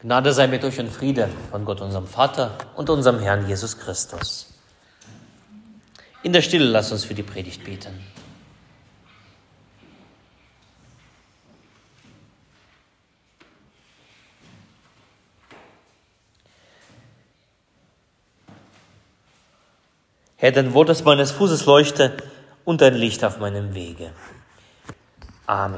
Gnade sei mit euch und Friede von Gott, unserem Vater und unserem Herrn Jesus Christus. In der Stille lasst uns für die Predigt beten. Herr, dein Wort, das meines Fußes leuchte und dein Licht auf meinem Wege. Amen.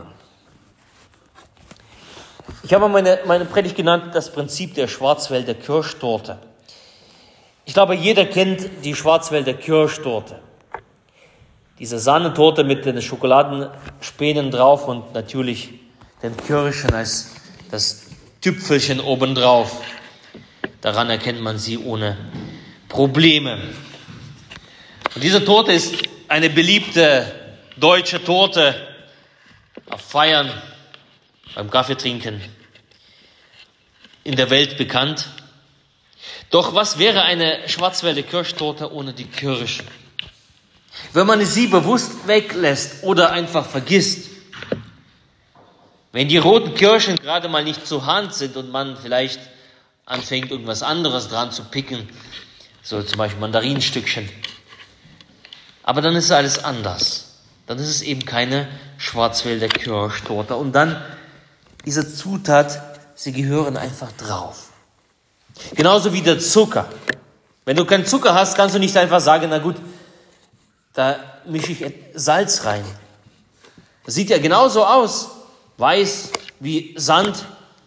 Ich habe meine Predigt genannt, das Prinzip der Schwarzwälder Kirschtorte. Ich glaube, jeder kennt die Schwarzwälder Kirschtorte. Diese Sahnetorte mit den Schokoladenspänen drauf und natürlich den Kirschen als das Tüpfelchen obendrauf. Daran erkennt man sie ohne Probleme. Und diese Torte ist eine beliebte deutsche Torte auf Feiern, beim Kaffeetrinken, in der Welt bekannt. Doch was wäre eine Schwarzwälder Kirschtorte ohne die Kirschen? Wenn man sie bewusst weglässt oder einfach vergisst, wenn die roten Kirschen gerade mal nicht zur Hand sind und man vielleicht anfängt, irgendwas anderes dran zu picken, so zum Beispiel Mandarinstückchen, aber dann ist alles anders. Dann ist es eben keine Schwarzwälder Kirschtorte. Und dann diese Zutat, sie gehören einfach drauf. Genauso wie der Zucker. Wenn du keinen Zucker hast, kannst du nicht einfach sagen, na gut, da mische ich Salz rein. Das sieht ja genauso aus, weiß wie Sand.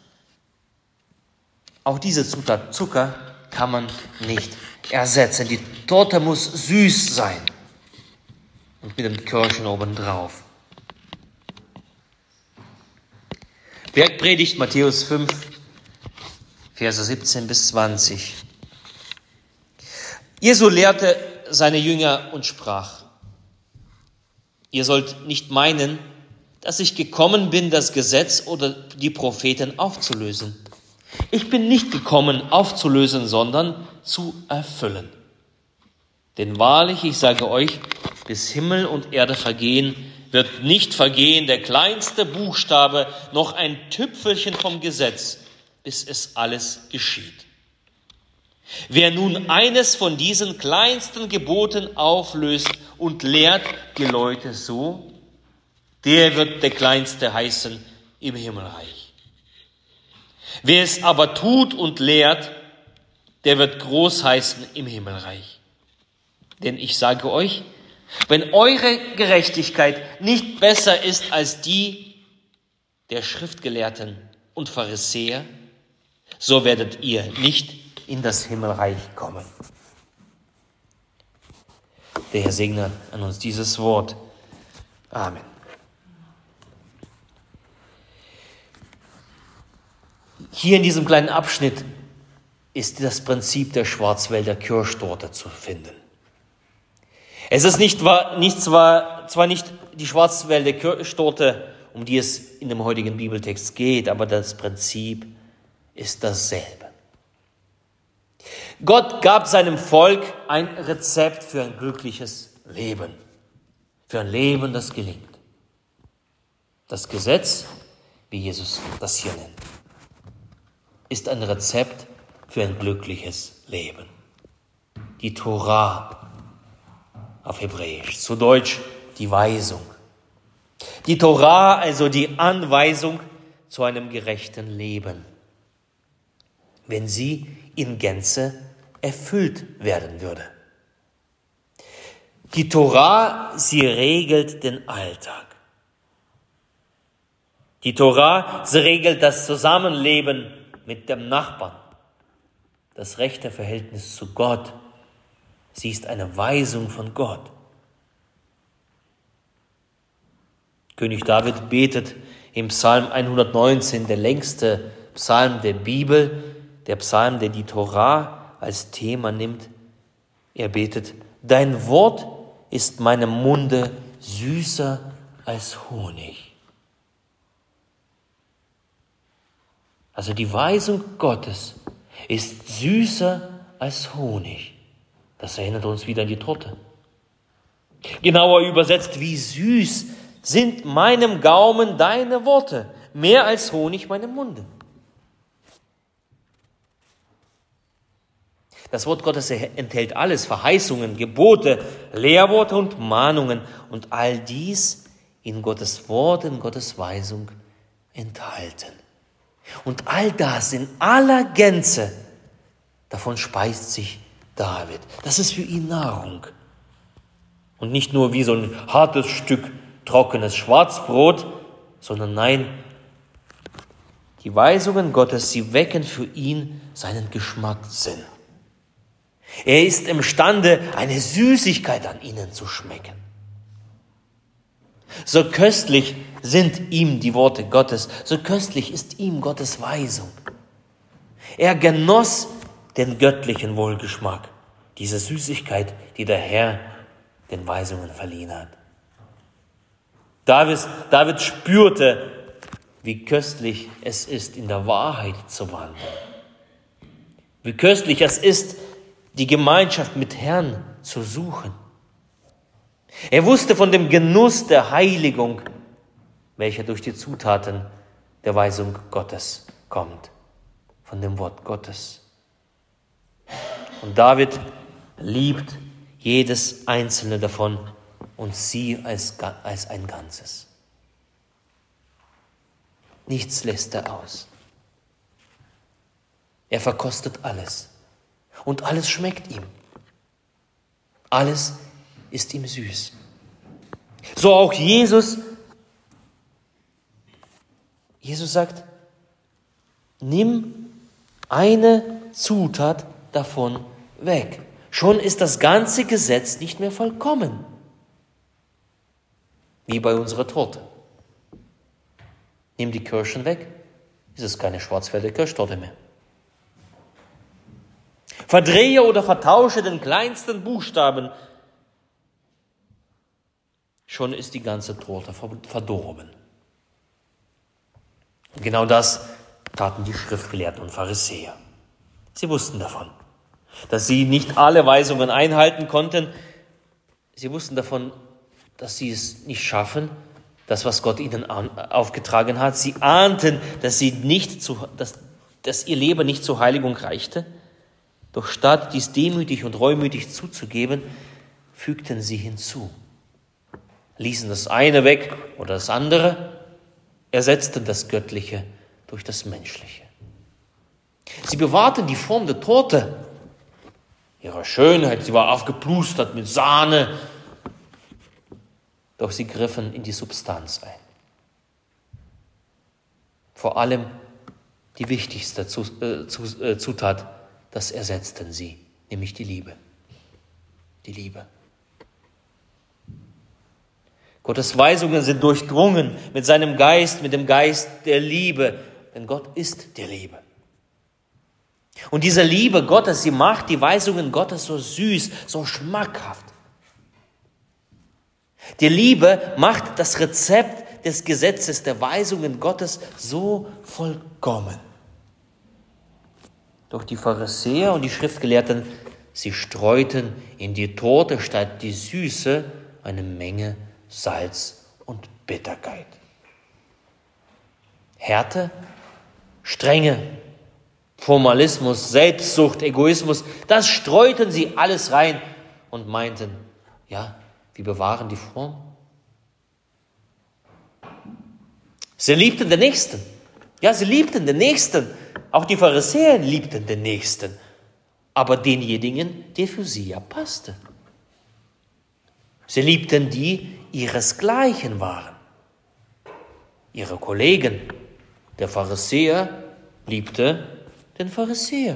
Auch diese Zutat Zucker kann man nicht ersetzen. Die Torte muss süß sein. Und mit dem Kirschen oben drauf. Bergpredigt Matthäus 5, Verse 17 bis 20. Jesus lehrte seine Jünger und sprach: Ihr sollt nicht meinen, dass ich gekommen bin, das Gesetz oder die Propheten aufzulösen. Ich bin nicht gekommen, aufzulösen, sondern zu erfüllen. Denn wahrlich, ich sage euch, bis Himmel und Erde vergehen, wird nicht vergehen der kleinste Buchstabe, noch ein Tüpfelchen vom Gesetz, bis es alles geschieht. Wer nun eines von diesen kleinsten Geboten auflöst und lehrt die Leute so, der wird der Kleinste heißen im Himmelreich. Wer es aber tut und lehrt, der wird groß heißen im Himmelreich. Denn ich sage euch, wenn eure Gerechtigkeit nicht besser ist als die der Schriftgelehrten und Pharisäer, so werdet ihr nicht in das Himmelreich kommen. Der Herr segne an uns dieses Wort. Amen. Hier in diesem kleinen Abschnitt ist das Prinzip der Schwarzwälder Kirschtorte zu finden. Es ist zwar nicht die Schwarzwälder Kirschtorte, um die es in dem heutigen Bibeltext geht, aber das Prinzip ist dasselbe. Gott gab seinem Volk ein Rezept für ein glückliches Leben, für ein Leben, das gelingt. Das Gesetz, wie Jesus das hier nennt, ist ein Rezept für ein glückliches Leben. Die Torah auf Hebräisch, zu Deutsch die Weisung. Die Torah, also die Anweisung zu einem gerechten Leben, wenn sie in Gänze erfüllt werden würde. Die Torah, sie regelt den Alltag. Die Torah, sie regelt das Zusammenleben mit dem Nachbarn, das rechte Verhältnis zu Gott. Sie ist eine Weisung von Gott. König David betet im Psalm 119, der längste Psalm der Bibel, der Psalm, der die Torah als Thema nimmt. Er betet: Dein Wort ist meinem Munde süßer als Honig. Also die Weisung Gottes ist süßer als Honig. Das erinnert uns wieder an die Torte. Genauer übersetzt, wie süß sind meinem Gaumen deine Worte, mehr als Honig meinem Munde. Das Wort Gottes enthält alles, Verheißungen, Gebote, Lehrworte und Mahnungen und all dies in Gottes Wort, in Gottes Weisung enthalten. Und all das in aller Gänze, davon speist sich David. Das ist für ihn Nahrung. Und nicht nur wie so ein hartes Stück trockenes Schwarzbrot, sondern nein, die Weisungen Gottes, sie wecken für ihn seinen Geschmackssinn. Er ist imstande, eine Süßigkeit an ihnen zu schmecken. So köstlich sind ihm die Worte Gottes, so köstlich ist ihm Gottes Weisung. Er genoss den göttlichen Wohlgeschmack, diese Süßigkeit, die der Herr den Weisungen verliehen hat. David spürte, wie köstlich es ist, in der Wahrheit zu wandeln. Wie köstlich es ist, die Gemeinschaft mit Herrn zu suchen. Er wusste von dem Genuss der Heiligung, welcher durch die Zutaten der Weisung Gottes kommt, von dem Wort Gottes. Und David liebt jedes einzelne davon und sie als ein Ganzes. Nichts lässt er aus. Er verkostet alles und alles schmeckt ihm. Alles ist ihm süß. So auch Jesus. Jesus sagt, nimm eine Zutat davon weg. Schon ist das ganze Gesetz nicht mehr vollkommen. Wie bei unserer Torte. Nimm die Kirschen weg, ist es keine Schwarzwälder Kirschtorte mehr. Verdrehe oder vertausche den kleinsten Buchstaben, schon ist die ganze Torte verdorben. Und genau das taten die Schriftgelehrten und Pharisäer. Sie wussten davon, dass sie nicht alle Weisungen einhalten konnten. Sie wussten davon, dass sie es nicht schaffen, das, was Gott ihnen aufgetragen hat. Sie ahnten, dass ihr Leben nicht zur Heiligung reichte. Doch statt dies demütig und reumütig zuzugeben, fügten sie hinzu. Ließen das eine weg oder das andere, ersetzten das Göttliche durch das Menschliche. Sie bewahrten die Form der Torte, ihre Schönheit, sie war aufgeplustert mit Sahne, doch sie griffen in die Substanz ein. Vor allem die wichtigste Zutat, das ersetzten sie, nämlich die Liebe. Die Liebe. Gottes Weisungen sind durchdrungen mit seinem Geist, mit dem Geist der Liebe, denn Gott ist der Liebe. Und diese Liebe Gottes, sie macht die Weisungen Gottes so süß, so schmackhaft. Die Liebe macht das Rezept des Gesetzes, der Weisungen Gottes so vollkommen. Doch die Pharisäer und die Schriftgelehrten, sie streuten in die Torte statt die Süße eine Menge Salz und Bitterkeit. Härte, Strenge, Formalismus, Selbstsucht, Egoismus, das streuten sie alles rein und meinten, ja, wir bewahren die Form. Sie liebten den Nächsten. Ja, sie liebten den Nächsten. Auch die Pharisäer liebten den Nächsten. Aber denjenigen, der für sie ja passte. Sie liebten die ihresgleichen waren. Ihre Kollegen. Der Pharisäer liebte den Pharisäer.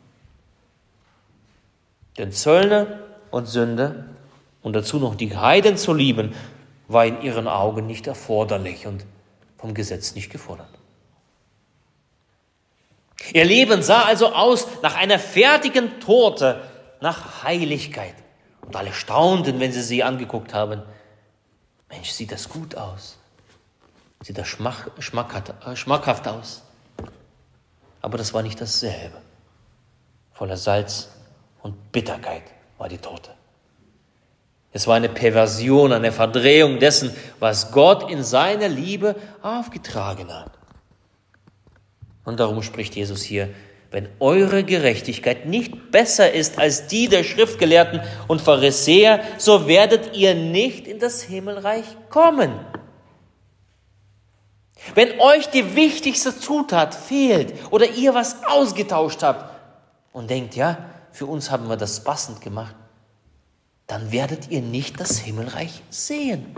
Den Zöllner und Sünder und dazu noch die Heiden zu lieben, war in ihren Augen nicht erforderlich und vom Gesetz nicht gefordert. Ihr Leben sah also aus nach einer fertigen Torte, nach Heiligkeit. Und alle staunten, wenn sie angeguckt haben. Mensch, sieht das gut aus. Sieht das schmackhaft aus. Aber das war nicht dasselbe. Voller Salz und Bitterkeit war die Torte. Es war eine Perversion, eine Verdrehung dessen, was Gott in seiner Liebe aufgetragen hat. Und darum spricht Jesus hier wenn eure Gerechtigkeit nicht besser ist als die der Schriftgelehrten und Pharisäer, so werdet ihr nicht in das Himmelreich kommen. Wenn euch die wichtigste Zutat fehlt oder ihr was ausgetauscht habt und denkt, ja, für uns haben wir das passend gemacht, dann werdet ihr nicht das Himmelreich sehen.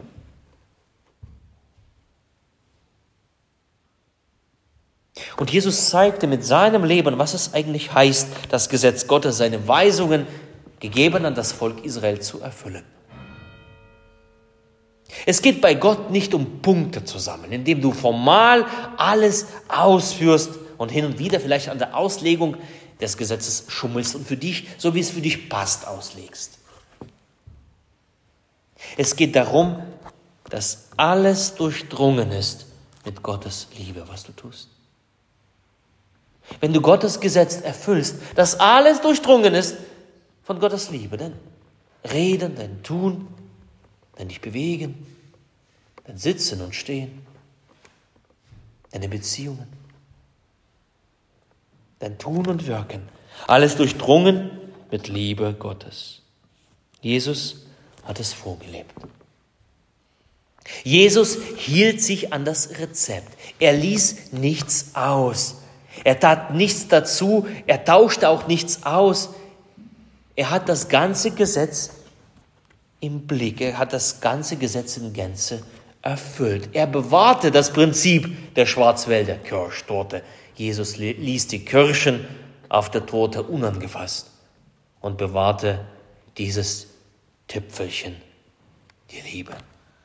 Und Jesus zeigte mit seinem Leben, was es eigentlich heißt, das Gesetz Gottes, seine Weisungen gegeben an das Volk Israel zu erfüllen. Es geht bei Gott nicht um Punkte zu sammeln, indem du formal alles ausführst und hin und wieder vielleicht an der Auslegung des Gesetzes schummelst und für dich, so wie es für dich passt, auslegst. Es geht darum, dass alles durchdrungen ist mit Gottes Liebe, was du tust. Wenn du Gottes Gesetz erfüllst, dass alles durchdrungen ist von Gottes Liebe, dein Reden, dein Tun, dein dich bewegen, dein Sitzen und Stehen, deine Beziehungen, dein Tun und Wirken, alles durchdrungen mit Liebe Gottes. Jesus hat es vorgelebt. Jesus hielt sich an das Rezept. Er ließ nichts aus. Er tat nichts dazu, er tauschte auch nichts aus. Er hat das ganze Gesetz im Blick, er hat das ganze Gesetz in Gänze erfüllt. Er bewahrte das Prinzip der Schwarzwälder Kirschtorte. Jesus ließ die Kirschen auf der Torte unangefasst und bewahrte dieses Tüpfelchen, die Liebe.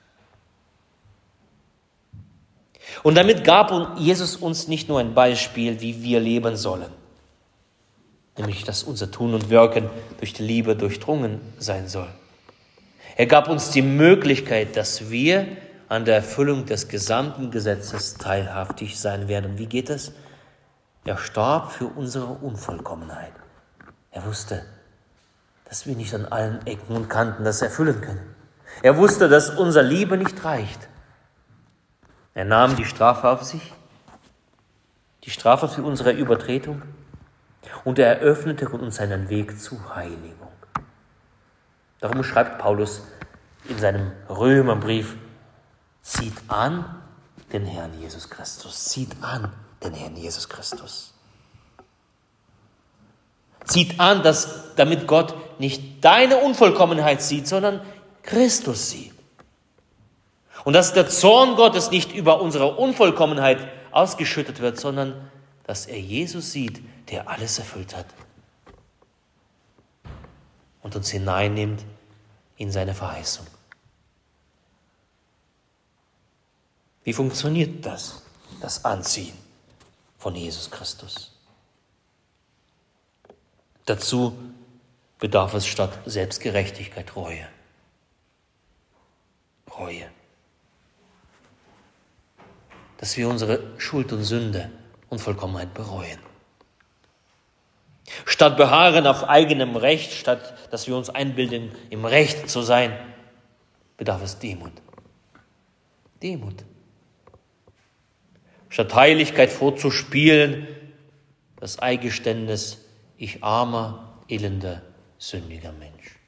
Und damit gab Jesus uns nicht nur ein Beispiel, wie wir leben sollen, nämlich dass unser Tun und Wirken durch die Liebe durchdrungen sein soll. Er gab uns die Möglichkeit, dass wir an der Erfüllung des gesamten Gesetzes teilhaftig sein werden. Wie geht es? Er starb für unsere Unvollkommenheit. Er wusste, dass wir nicht an allen Ecken und Kanten das erfüllen können. Er wusste, dass unsere Liebe nicht reicht. Er nahm die Strafe auf sich, die Strafe für unsere Übertretung, und er eröffnete uns einen Weg zur Heiligung. Darum schreibt Paulus in seinem Römerbrief: Zieht an den Herrn Jesus Christus. Zieht an den Herrn Jesus Christus. Zieht an, damit Gott nicht deine Unvollkommenheit sieht, sondern Christus sieht. Und dass der Zorn Gottes nicht über unsere Unvollkommenheit ausgeschüttet wird, sondern dass er Jesus sieht, der alles erfüllt hat und uns hineinnimmt in seine Verheißung. Wie funktioniert das Anziehen von Jesus Christus? Dazu bedarf es statt Selbstgerechtigkeit Reue. Reue. Dass wir unsere Schuld und Sünde und Vollkommenheit bereuen. Statt beharren auf eigenem Recht, statt dass wir uns einbilden, im Recht zu sein, bedarf es Demut. Demut. Statt Heiligkeit vorzuspielen, das Eingeständnis, ich armer, elender, sündiger Mensch.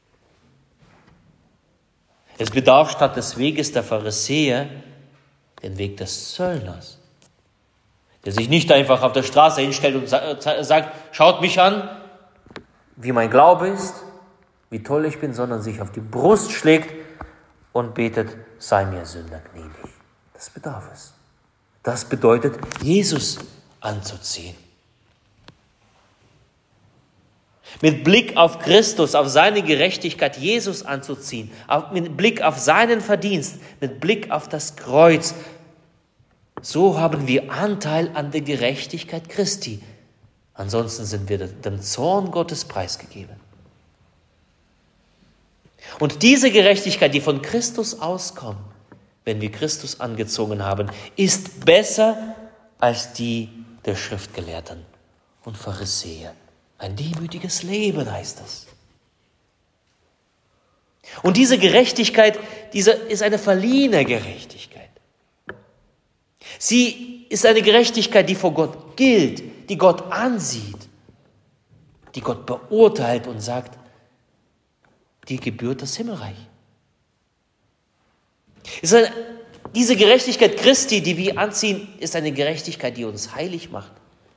Es bedarf statt des Weges der Pharisäer den Weg des Zöllners, der sich nicht einfach auf der Straße hinstellt und sagt, schaut mich an, wie mein Glaube ist, wie toll ich bin, sondern sich auf die Brust schlägt und betet, sei mir Sünder gnädig. Das bedarf es. Das bedeutet, Jesus anzuziehen. Mit Blick auf Christus, auf seine Gerechtigkeit, Jesus anzuziehen, mit Blick auf seinen Verdienst, mit Blick auf das Kreuz. So haben wir Anteil an der Gerechtigkeit Christi. Ansonsten sind wir dem Zorn Gottes preisgegeben. Und diese Gerechtigkeit, die von Christus auskommt, wenn wir Christus angezogen haben, ist besser als die der Schriftgelehrten und Pharisäer. Ein demütiges Leben heißt das. Und diese Gerechtigkeit, diese ist eine verliehene Gerechtigkeit. Sie ist eine Gerechtigkeit, die vor Gott gilt, die Gott ansieht, die Gott beurteilt und sagt, dir gebührt das Himmelreich. Diese Gerechtigkeit Christi, die wir anziehen, ist eine Gerechtigkeit, die uns heilig macht.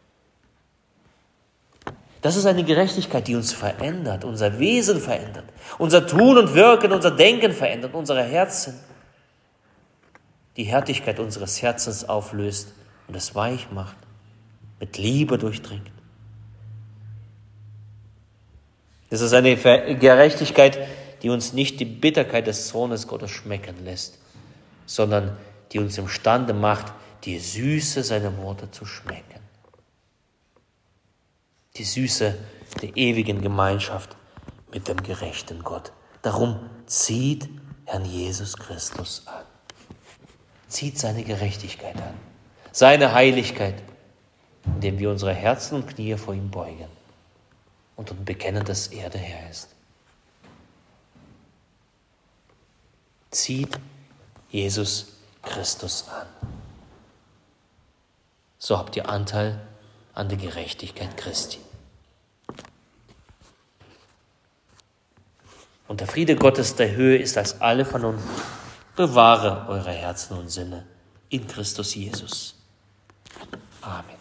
Das ist eine Gerechtigkeit, die uns verändert, unser Wesen verändert, unser Tun und Wirken, unser Denken verändert, unsere Herzen, die Härtigkeit unseres Herzens auflöst und es weich macht, mit Liebe durchdringt. Das ist eine Gerechtigkeit, die uns nicht die Bitterkeit des Zornes Gottes schmecken lässt, sondern die uns imstande macht, die Süße seiner Worte zu schmecken. Die Süße der ewigen Gemeinschaft mit dem gerechten Gott. Darum zieht Herrn Jesus Christus an. Zieht seine Gerechtigkeit an, seine Heiligkeit, indem wir unsere Herzen und Knie vor ihm beugen und bekennen, dass er der Herr ist. Zieht Jesus Christus an. So habt ihr Anteil an der Gerechtigkeit Christi. Und der Friede Gottes der Höhe ist als alle Vernunft. Bewahre eure Herzen und Sinne in Christus Jesus. Amen.